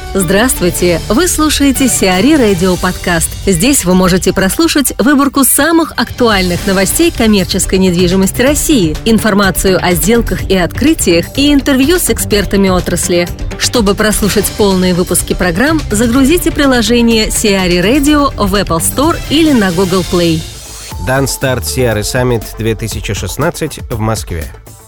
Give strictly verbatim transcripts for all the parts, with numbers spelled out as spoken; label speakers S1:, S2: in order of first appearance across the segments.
S1: Здравствуйте! Вы слушаете Сиари Радио Подкаст. Здесь вы можете прослушать выборку самых актуальных новостей коммерческой недвижимости России, информацию о сделках и открытиях и интервью с экспертами отрасли. Чтобы прослушать полные выпуски программ, загрузите приложение Сиари Radio в Apple Store или на Google Play.
S2: Дан старт Сиари Summit две тысячи шестнадцать в Москве.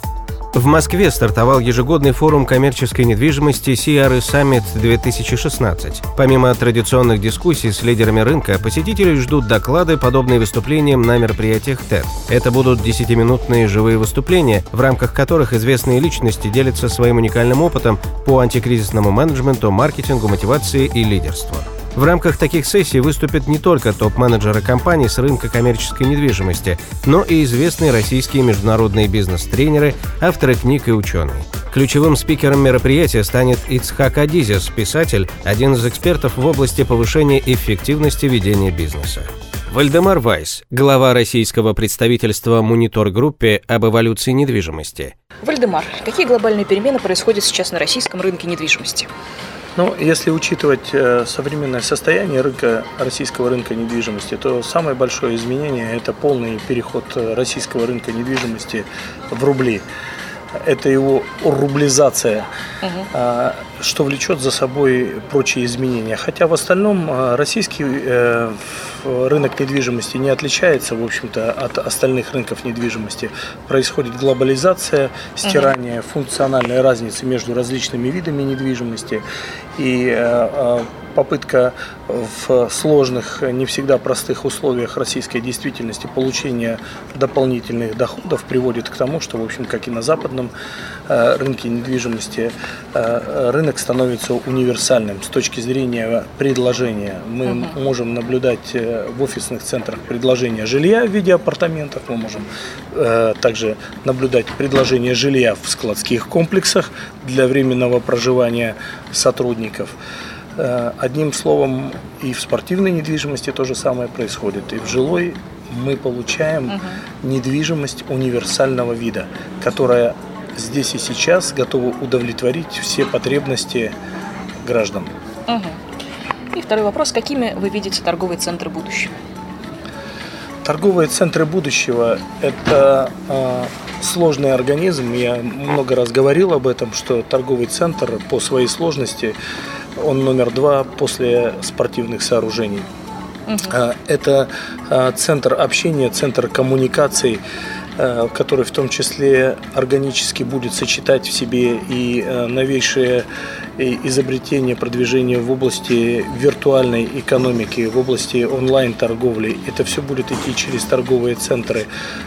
S2: В Москве стартовал ежегодный форум коммерческой недвижимости Сиари Summit две тысячи шестнадцать. Помимо традиционных дискуссий с лидерами рынка, посетителей ждут доклады, подобные выступлениям на мероприятиях TED. Это будут десятиминутные живые выступления, в рамках которых известные личности делятся своим уникальным опытом по антикризисному менеджменту, маркетингу, мотивации и лидерству. В рамках таких сессий выступят не только топ-менеджеры компаний с рынка коммерческой недвижимости, но и известные российские международные бизнес-тренеры, авторы книг и ученые. Ключевым спикером мероприятия станет Ицхак Адизес, писатель, один из экспертов в области повышения эффективности ведения бизнеса. Вальдемар Вайс, глава российского представительства Монитор Группе об эволюции недвижимости.
S3: Вальдемар, какие глобальные перемены происходят сейчас на российском рынке недвижимости?
S4: Ну, если учитывать э, современное состояние рынка, российского рынка недвижимости, то самое большое изменение – это полный переход российского рынка недвижимости в рубли. Это его рублизация, угу. э, что влечет за собой прочие изменения. Хотя в остальном э, российский э, рынок недвижимости не отличается, в общем-то, от остальных рынков недвижимости. Происходит глобализация, стирание угу. функциональной разницы между различными видами недвижимости и э, попытка в сложных, не всегда простых условиях российской действительности получения дополнительных доходов приводит к тому, что, в общем, как и на западном э, рынке недвижимости, э, рынок становится универсальным с точки зрения предложения. Мы uh-huh. можем наблюдать в офисных центрах предложение жилья в виде апартаментов, мы можем э, также наблюдать предложение жилья в складских комплексах для временного проживания сотрудников. Одним словом, и в спортивной недвижимости то же самое происходит. И в жилой мы получаем угу. недвижимость универсального вида, которая здесь и сейчас готова удовлетворить все потребности граждан.
S3: Угу. И второй вопрос. Какими вы видите торговые центры будущего?
S4: Торговые центры будущего – это э, сложный организм. Я много раз говорил об этом, что торговый центр по своей сложности – он номер два после спортивных сооружений. Uh-huh. Это центр общения, центр коммуникаций, который в том числе органически будет сочетать в себе и новейшие изобретения, продвижения в области виртуальной экономики, в области онлайн-торговли. Это все будет идти через торговые центры.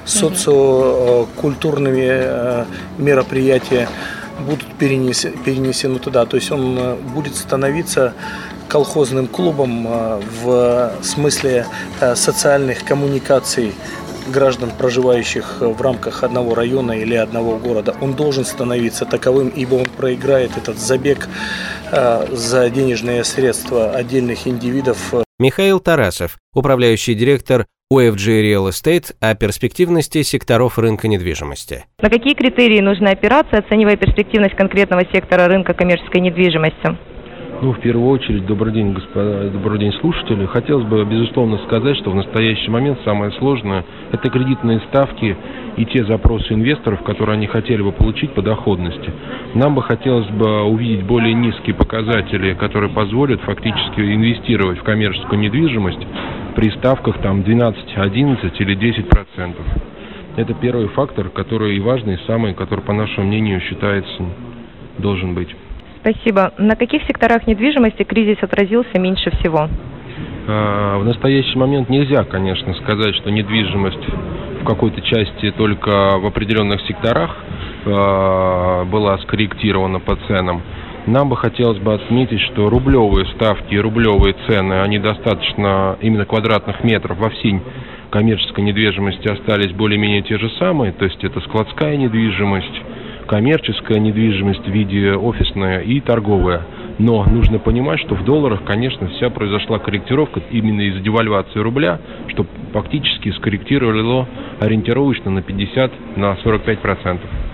S4: Социокультурные мероприятия будут перенес, перенесены туда. То есть он будет становиться колхозным клубом в смысле социальных коммуникаций граждан, проживающих в рамках одного района или одного города. Он должен становиться таковым, ибо он проиграет этот забег за денежные средства отдельных индивидов.
S2: Михаил Тарасов, управляющий директор у эф джи Real Estate, о перспективности секторов рынка недвижимости.
S5: На какие критерии нужно опираться, оценивая перспективность конкретного сектора рынка коммерческой недвижимости?
S6: Ну, в первую очередь, добрый день, господа, добрый день, слушатели. Хотелось бы, безусловно, сказать, что в настоящий момент самое сложное – это кредитные ставки и те запросы инвесторов, которые они хотели бы получить по доходности. Нам бы хотелось бы увидеть более низкие показатели, которые позволят фактически инвестировать в коммерческую недвижимость при ставках там двенадцать, одиннадцать или десять процентов. Это первый фактор, который и важный, и самый, который, по нашему мнению, считается, должен быть.
S5: Спасибо. На каких секторах недвижимости кризис отразился меньше всего?
S6: В настоящий момент нельзя, конечно, сказать, что недвижимость в какой-то части только в определенных секторах была скорректирована по ценам. Нам бы хотелось бы отметить, что рублевые ставки и рублевые цены, они достаточно именно квадратных метров во всей коммерческой недвижимости остались более-менее те же самые, то есть это складская недвижимость, коммерческая недвижимость в виде офисная и торговая. Но нужно понимать, что в долларах, конечно, вся произошла корректировка именно из-за девальвации рубля, что фактически скорректировало ориентировочно на пятьдесят - сорок пять процентов.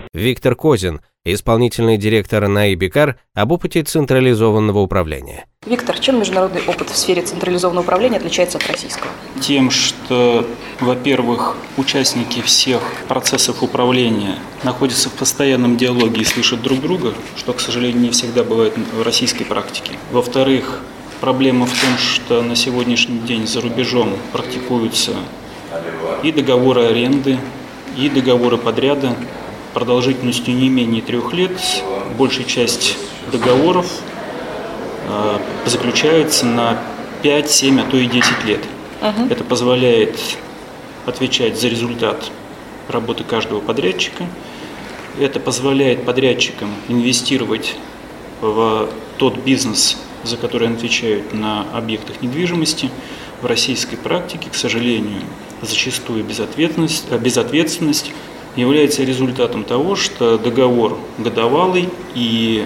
S2: Виктор Козин, исполнительный директор НАИ-БИКАР, об опыте централизованного управления.
S3: Виктор, чем международный опыт в сфере централизованного управления отличается от российского?
S7: Тем, что, во-первых, участники всех процессов управления находятся в постоянном диалоге и слышат друг друга, что, к сожалению, не всегда бывает в российской практике. Во-вторых, проблема в том, что на сегодняшний день за рубежом практикуются и договоры аренды, и договоры подряда продолжительностью не менее трех лет. Большая часть договоров э, заключается на пять, семь, а то и десять лет. Uh-huh. Это позволяет отвечать за результат работы каждого подрядчика. Это позволяет подрядчикам инвестировать в тот бизнес, за который они отвечают на объектах недвижимости. В российской практике, к сожалению, зачастую безответственность, безответственность является результатом того, что договор годовалый, и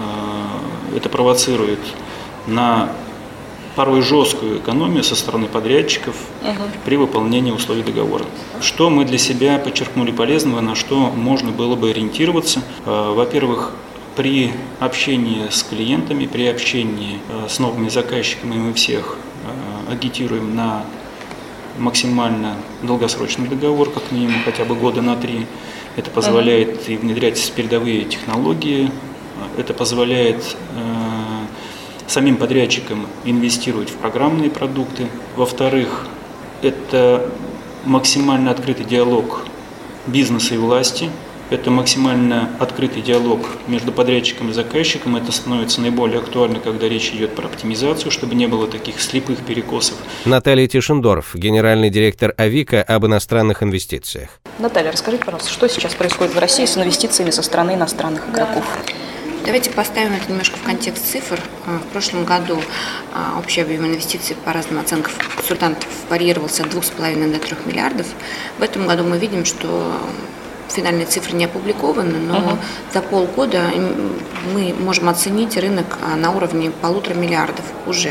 S7: э, это провоцирует на порой жесткую экономию со стороны подрядчиков uh-huh. при выполнении условий договора. Что мы для себя подчеркнули полезного, на что можно было бы ориентироваться? Э, во-первых, при общении с клиентами, при общении э, с новыми заказчиками мы всех э, агитируем на максимально долгосрочный договор, как минимум хотя бы года на три. Это позволяет uh-huh. и внедрять передовые технологии, это позволяет э, самим подрядчикам инвестировать в программные продукты. Во-вторых, это максимально открытый диалог бизнеса и власти. Это максимально открытый диалог между подрядчиком и заказчиком. Это становится наиболее актуально, когда речь идет про оптимизацию, чтобы не было таких слепых перекосов.
S2: Наталья Тишендорф, генеральный директор АВИКа, об иностранных инвестициях.
S3: Наталья, расскажите, пожалуйста, что сейчас происходит в России с инвестициями со стороны иностранных игроков?
S8: Давайте поставим это немножко в контекст цифр. В прошлом году общий объем инвестиций по разным оценкам консультантов варьировался от двух с половиной до трех миллиардов. В этом году мы видим, что финальные цифры не опубликованы, но uh-huh. за полгода мы можем оценить рынок на уровне полутора миллиардов уже.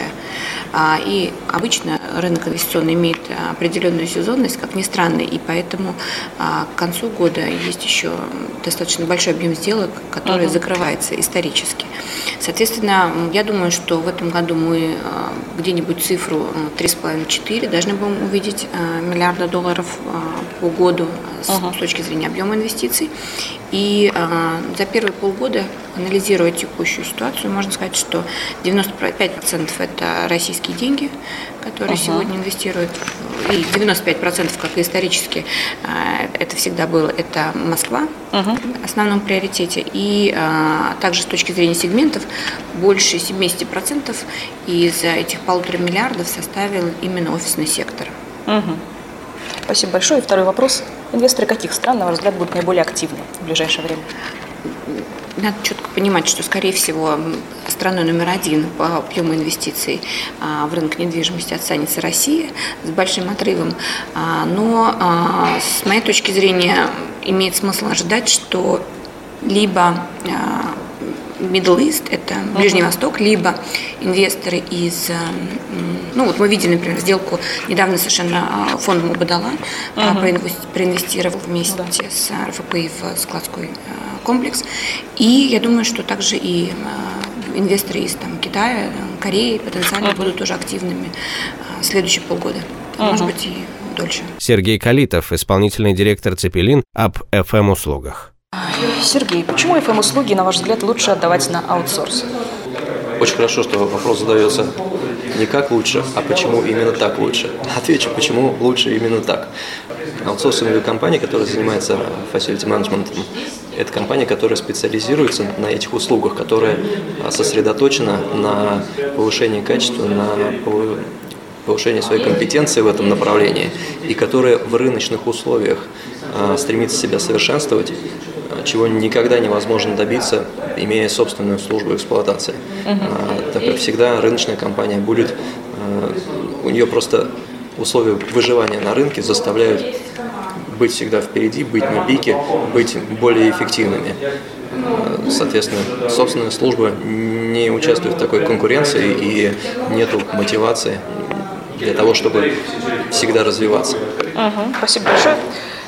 S8: И обычно рынок инвестиционный имеет определенную сезонность, как ни странно, и поэтому к концу года есть еще достаточно большой объем сделок, который uh-huh. закрывается исторически. Соответственно, я думаю, что в этом году мы где-нибудь цифру три с половиной - четыре должны будем увидеть миллиарда долларов по году с, uh-huh. с точки зрения объема инвестиций. И э, за первые полгода, анализируя текущую ситуацию, можно сказать, что девяносто пять процентов это российские деньги, которые uh-huh. сегодня инвестируют, и девяносто пять процентов, как и исторически, э, это всегда было, это Москва uh-huh. в основном приоритете. И э, также с точки зрения сегментов, больше семьдесят процентов из этих полутора миллиардов составил именно офисный сектор.
S3: Uh-huh. Спасибо большое. И второй вопрос. Инвесторы каких стран, на ваш взгляд, будут наиболее активны в ближайшее время?
S8: Надо четко понимать, что, скорее всего, страной номер один по объему инвестиций в рынок недвижимости останется Россия с большим отрывом. Но, с моей точки зрения, имеет смысл ожидать, что либо Middle East, это Ближний uh-huh. Восток, либо инвесторы из, ну вот мы видели, например, сделку недавно совершенно фонд Мубадала uh-huh. проинвестировал вместе uh-huh. с РФПИ в складской комплекс. И я думаю, что также и инвесторы из там, Китая, Кореи потенциально uh-huh. будут тоже активными в следующие полгода, uh-huh. может быть и дольше.
S2: Сергей Калитов, исполнительный директор Цепелин, об эф эм-услугах.
S3: Сергей, почему эф эм-услуги, на ваш взгляд, лучше отдавать на аутсорс?
S9: Очень хорошо, что вопрос задается не как лучше, а почему именно так лучше. Отвечу, почему лучше именно так. Аутсорсинговая компания, которая занимается facility management, это компания, которая специализируется на этих услугах, которая сосредоточена на повышении качества, на повышении своей компетенции в этом направлении, и которая в рыночных условиях стремится себя совершенствовать, чего никогда невозможно добиться, имея собственную службу эксплуатации. Uh-huh. Так как всегда рыночная компания будет, у нее просто условия выживания на рынке заставляют быть всегда впереди, быть на пике, быть более эффективными. Соответственно, собственная служба не участвует в такой конкуренции и нету мотивации для того, чтобы всегда развиваться.
S3: Uh-huh. Спасибо большое.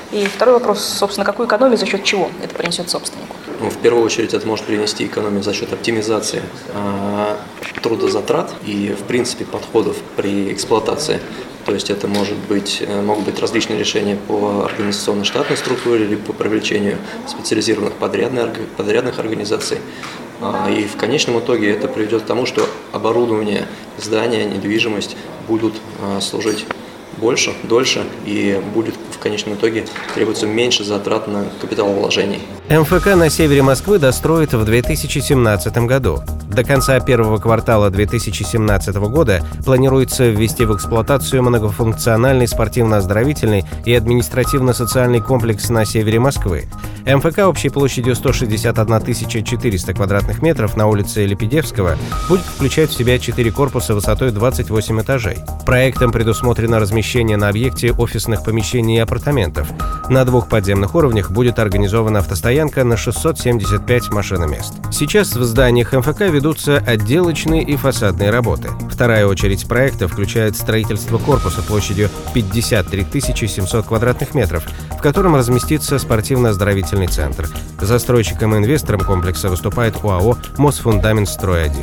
S3: И второй вопрос, собственно, какую экономию, за счет чего это принесет собственнику?
S9: Ну, в первую очередь это может принести экономию за счет оптимизации э, трудозатрат и, в принципе, подходов при эксплуатации. То есть это может быть, могут быть различные решения по организационной штатной структуре или по привлечению специализированных подрядных, подрядных организаций. И в конечном итоге это приведет к тому, что оборудование, здания, недвижимость будут служить больше, дольше, и будет в конечном итоге требуется меньше затрат на капиталовложений.
S2: эм эф ка на севере Москвы достроит в две тысячи семнадцатом году. До конца первого квартала две тысячи семнадцатого года планируется ввести в эксплуатацию многофункциональный спортивно-оздоровительный и административно-социальный комплекс на севере Москвы. эм эф ка общей площадью сто шестьдесят одна тысяча четыреста квадратных метров на улице Лепедевского будет включать в себя четыре корпуса высотой двадцать восемь этажей. Проектом предусмотрено размещение на объекте офисных помещений и апартаментов. На двух подземных уровнях будет организована автостоянка на шестьсот семьдесят пять машиномест. Сейчас в зданиях эм эф ка ведутся отделочные и фасадные работы. Вторая очередь проекта включает строительство корпуса площадью пятьдесят три тысячи семьсот квадратных метров, в котором разместится спортивно-оздоровительный центр. Застройщиком и инвестором комплекса выступает ОАО «Мосфундаментстрой один».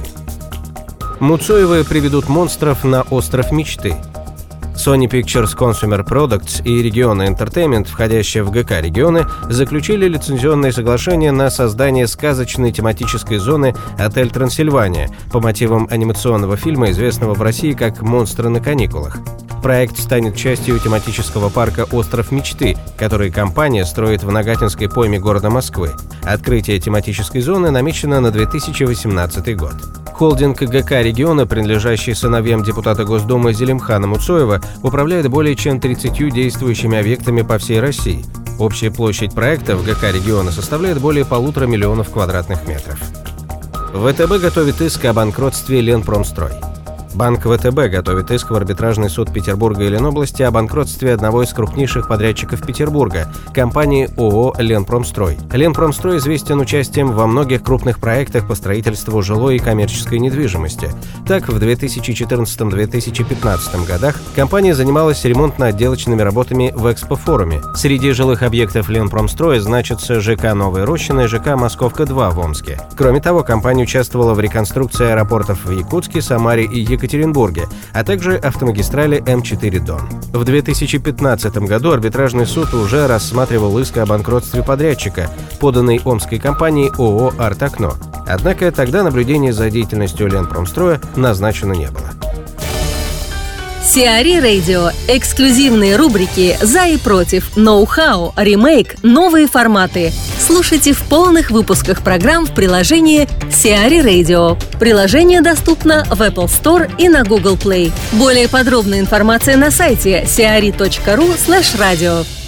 S2: Муцуевы приведут монстров на остров мечты. Sony Pictures Consumer Products и Регионы Entertainment, входящие в гэ ка «Регионы», заключили лицензионное соглашение на создание сказочной тематической зоны «Отель Трансильвания» по мотивам анимационного фильма, известного в России как «Монстры на каникулах». Проект станет частью тематического парка «Остров мечты», который компания строит в Нагатинской пойме города Москвы. Открытие тематической зоны намечено на две тысячи восемнадцатый год. Холдинг гэ ка «Регионы», принадлежащий сыновьям депутата Госдумы Зелимхана Муцуева, управляет более чем тридцатью действующими объектами по всей России. Общая площадь проекта в гэ ка «Регионы» составляет более полутора миллионов квадратных метров. вэ тэ бэ готовит иск о банкротстве «Ленпромстрой». Банк вэ тэ бэ готовит иск в арбитражный суд Петербурга и Ленобласти о банкротстве одного из крупнейших подрядчиков Петербурга – компании ООО «Ленпромстрой». «Ленпромстрой» известен участием во многих крупных проектах по строительству жилой и коммерческой недвижимости. Так, в две тысячи четырнадцатом — две тысячи пятнадцатом годах компания занималась ремонтно-отделочными работами в Экспофоруме. Среди жилых объектов «Ленпромстроя» значатся ЖК «Новая Рощина» и ЖК «Московка-два» в Омске. Кроме того, компания участвовала в реконструкции аэропортов в Якутске, Самаре и Екатеринбурге. Екатеринбурге, а также автомагистрали эм четыре Дон. В две тысячи пятнадцатом году арбитражный суд уже рассматривал иск о банкротстве подрядчика, поданный омской компанией ООО «Арт-Окно». Однако тогда наблюдение за деятельностью Ленпромстроя назначено не было.
S1: Сиари Radio. Эксклюзивные рубрики «За и против», «Ноу-хау», «Ремейк», «Новые форматы». Слушайте в полных выпусках программ в приложении Сиари Radio. Приложение доступно в Apple Store и на Google Play. Более подробная информация на сайте сиари точка ру слэш радио.